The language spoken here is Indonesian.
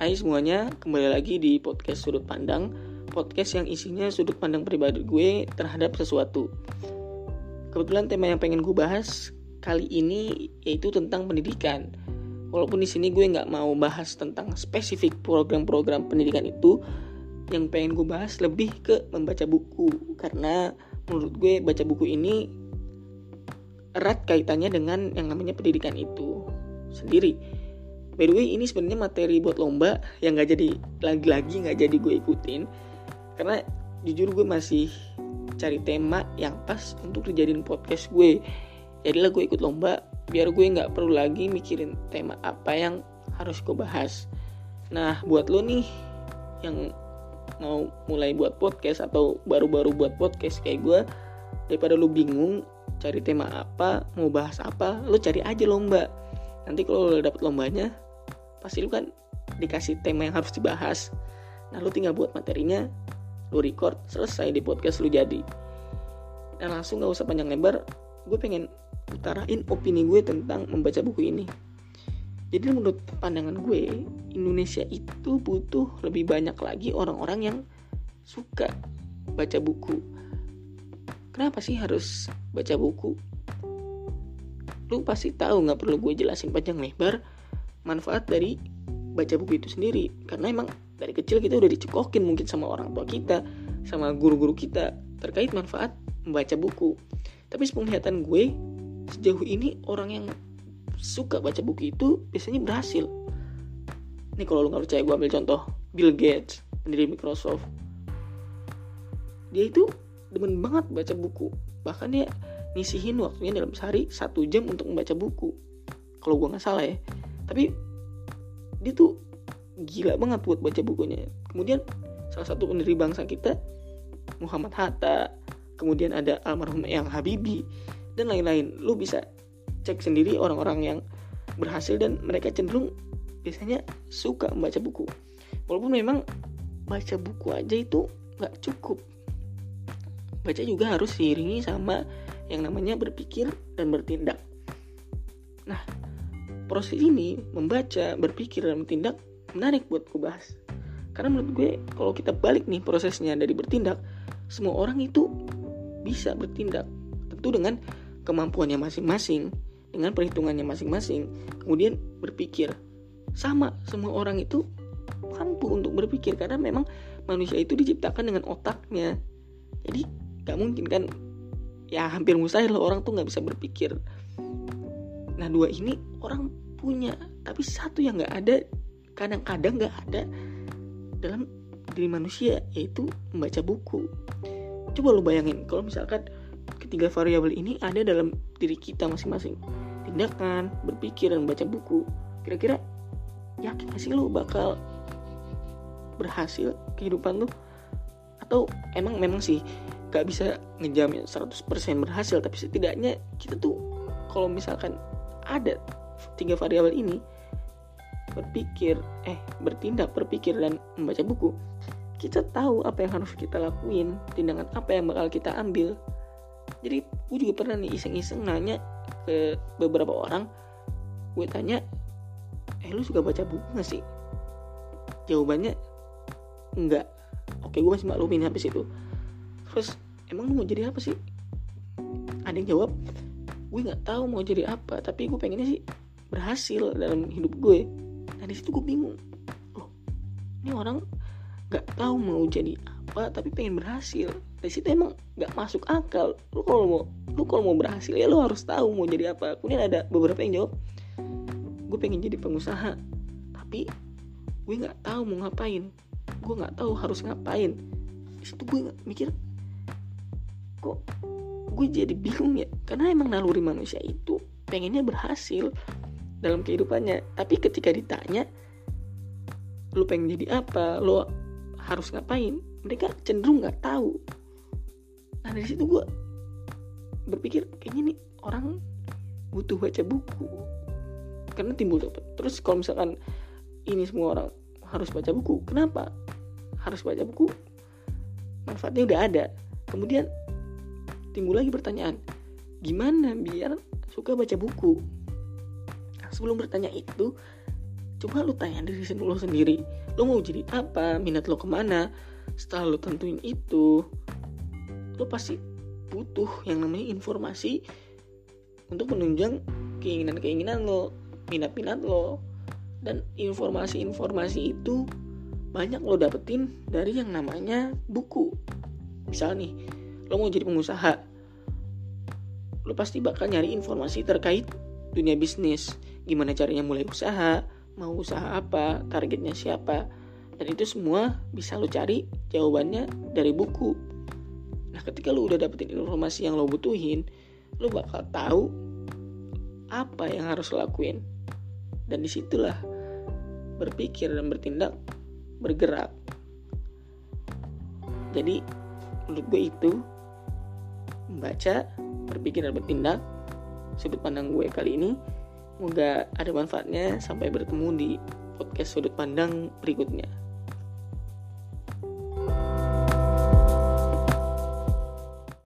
Hai semuanya, kembali lagi di podcast Sudut Pandang. Podcast yang isinya sudut pandang pribadi gue terhadap sesuatu. Kebetulan tema yang pengen gue bahas kali ini yaitu tentang pendidikan. Walaupun di sini gue nggak mau bahas tentang spesifik program-program pendidikan itu, yang pengen gue bahas lebih ke membaca buku. Karena menurut gue baca buku ini erat kaitannya dengan yang namanya pendidikan itu sendiri. By the way, ini sebenarnya materi buat lomba yang nggak jadi gue ikutin karena jujur gue masih cari tema yang pas untuk dijadiin podcast gue. Jadilah gue ikut lomba biar gue nggak perlu lagi mikirin tema apa yang harus gue bahas. Nah, buat lo nih yang mau mulai buat podcast atau baru-baru buat podcast kayak gue, daripada lo bingung cari tema apa, mau bahas apa, lo cari aja lomba. Nanti kalau lo dapet lombanya, pasti lu kan dikasih tema yang harus dibahas. Nah, lu tinggal buat materinya, lu record, selesai di podcast lu jadi. Dan langsung gak usah panjang lebar, gue pengen utarain opini gue tentang membaca buku ini. Jadi menurut pandangan gue, Indonesia itu butuh lebih banyak lagi orang-orang yang suka baca buku. Kenapa sih harus baca buku? Lu pasti tahu, gak perlu gue jelasin panjang lebar manfaat dari baca buku itu sendiri. Karena emang dari kecil kita udah dicekokin mungkin sama orang tua kita, sama guru-guru kita terkait manfaat membaca buku. Tapi sepenglihatan gue, sejauh ini orang yang suka baca buku itu biasanya berhasil. Nih kalau lu gak percaya, gue ambil contoh Bill Gates, pendiri Microsoft. Dia itu demen banget baca buku. Bahkan dia nyisihin waktunya dalam sehari 1 jam untuk membaca buku, kalau gue gak salah ya. Tapi dia tuh gila banget buat baca bukunya. Kemudian salah satu pendiri bangsa kita, Muhammad Hatta, kemudian ada almarhum Eyang Habibie, dan lain-lain. Lu bisa cek sendiri orang-orang yang berhasil dan mereka cenderung biasanya suka membaca buku. Walaupun memang baca buku aja itu gak cukup. Baca juga harus diiringi sama yang namanya berpikir dan bertindak. Nah, proses ini, membaca, berpikir, dan bertindak, menarik buat gue bahas. Karena menurut gue, kalau kita balik nih prosesnya dari bertindak, semua orang itu bisa bertindak. Tentu dengan kemampuannya masing-masing, dengan perhitungannya masing-masing. Kemudian berpikir. Sama, semua orang itu mampu untuk berpikir. Karena memang manusia itu diciptakan dengan otaknya. Jadi, gak mungkin kan, ya hampir mustahil orang tuh gak bisa berpikir. Nah, 2 ini orang punya, tapi satu yang gak ada, kadang-kadang gak ada dalam diri manusia, yaitu membaca buku. Coba lu bayangin, kalau misalkan ketiga variabel ini ada dalam diri kita masing-masing, tindakan, berpikir, dan membaca buku, kira-kira yakin gak sih lu bakal berhasil kehidupan lu? Atau memang sih gak bisa ngejamin 100% berhasil, tapi setidaknya kita tuh kalau misalkan ada 3 variabel ini, bertindak, berpikir, dan membaca buku, kita tahu apa yang harus kita lakuin, tindakan apa yang bakal kita ambil. Jadi gue juga pernah nih iseng-iseng nanya ke beberapa orang. Gue tanya, lu suka baca buku gak sih? Jawabannya enggak. Oke, gue masih maklumin habis itu. Terus, emang lu mau jadi apa sih? Ada yang jawab, gue nggak tahu mau jadi apa, tapi gue pengennya sih berhasil dalam hidup gue. Nah, di situ gue bingung. Ini orang nggak tahu mau jadi apa, tapi pengen berhasil. Di situ emang nggak masuk akal. Lu kalau mau berhasil ya lu harus tahu mau jadi apa. Kemudian ada beberapa yang jawab, gue pengen jadi pengusaha, tapi gue nggak tahu mau ngapain. Gue nggak tahu harus ngapain. Di situ gue mikir, kok gue jadi bingung ya, karena emang naluri manusia itu pengennya berhasil dalam kehidupannya. Tapi ketika ditanya lu pengen jadi apa, lu harus ngapain, mereka cenderung nggak tahu. Nah, dari situ gue berpikir kayaknya nih orang butuh baca buku. Karena timbul terus kalau misalkan ini semua orang harus baca buku, kenapa harus baca buku? Manfaatnya udah ada. Kemudian timbul lagi pertanyaan, gimana biar suka baca buku? Nah, sebelum bertanya itu, Coba lu tanya diri lu sendiri, lu mau jadi apa, minat lu kemana. Setelah lu tentuin itu, lu pasti butuh yang namanya informasi untuk menunjang keinginan-keinginan lo, minat-minat lo. Dan informasi-informasi itu banyak lo dapetin dari yang namanya buku. Misal nih, lo mau jadi pengusaha, lo pasti bakal nyari informasi terkait dunia bisnis, gimana caranya mulai usaha, mau usaha apa, targetnya siapa. Dan itu semua bisa lo cari jawabannya dari buku. Nah, ketika lo udah dapetin informasi yang lo butuhin, lo bakal tahu apa yang harus lo lakuin. Dan disitulah berpikir dan bertindak, bergerak. Jadi menurut gue itu membaca, berpikir dan bertindak, sudut pandang gue kali ini. Semoga ada manfaatnya. Sampai bertemu di podcast sudut pandang berikutnya.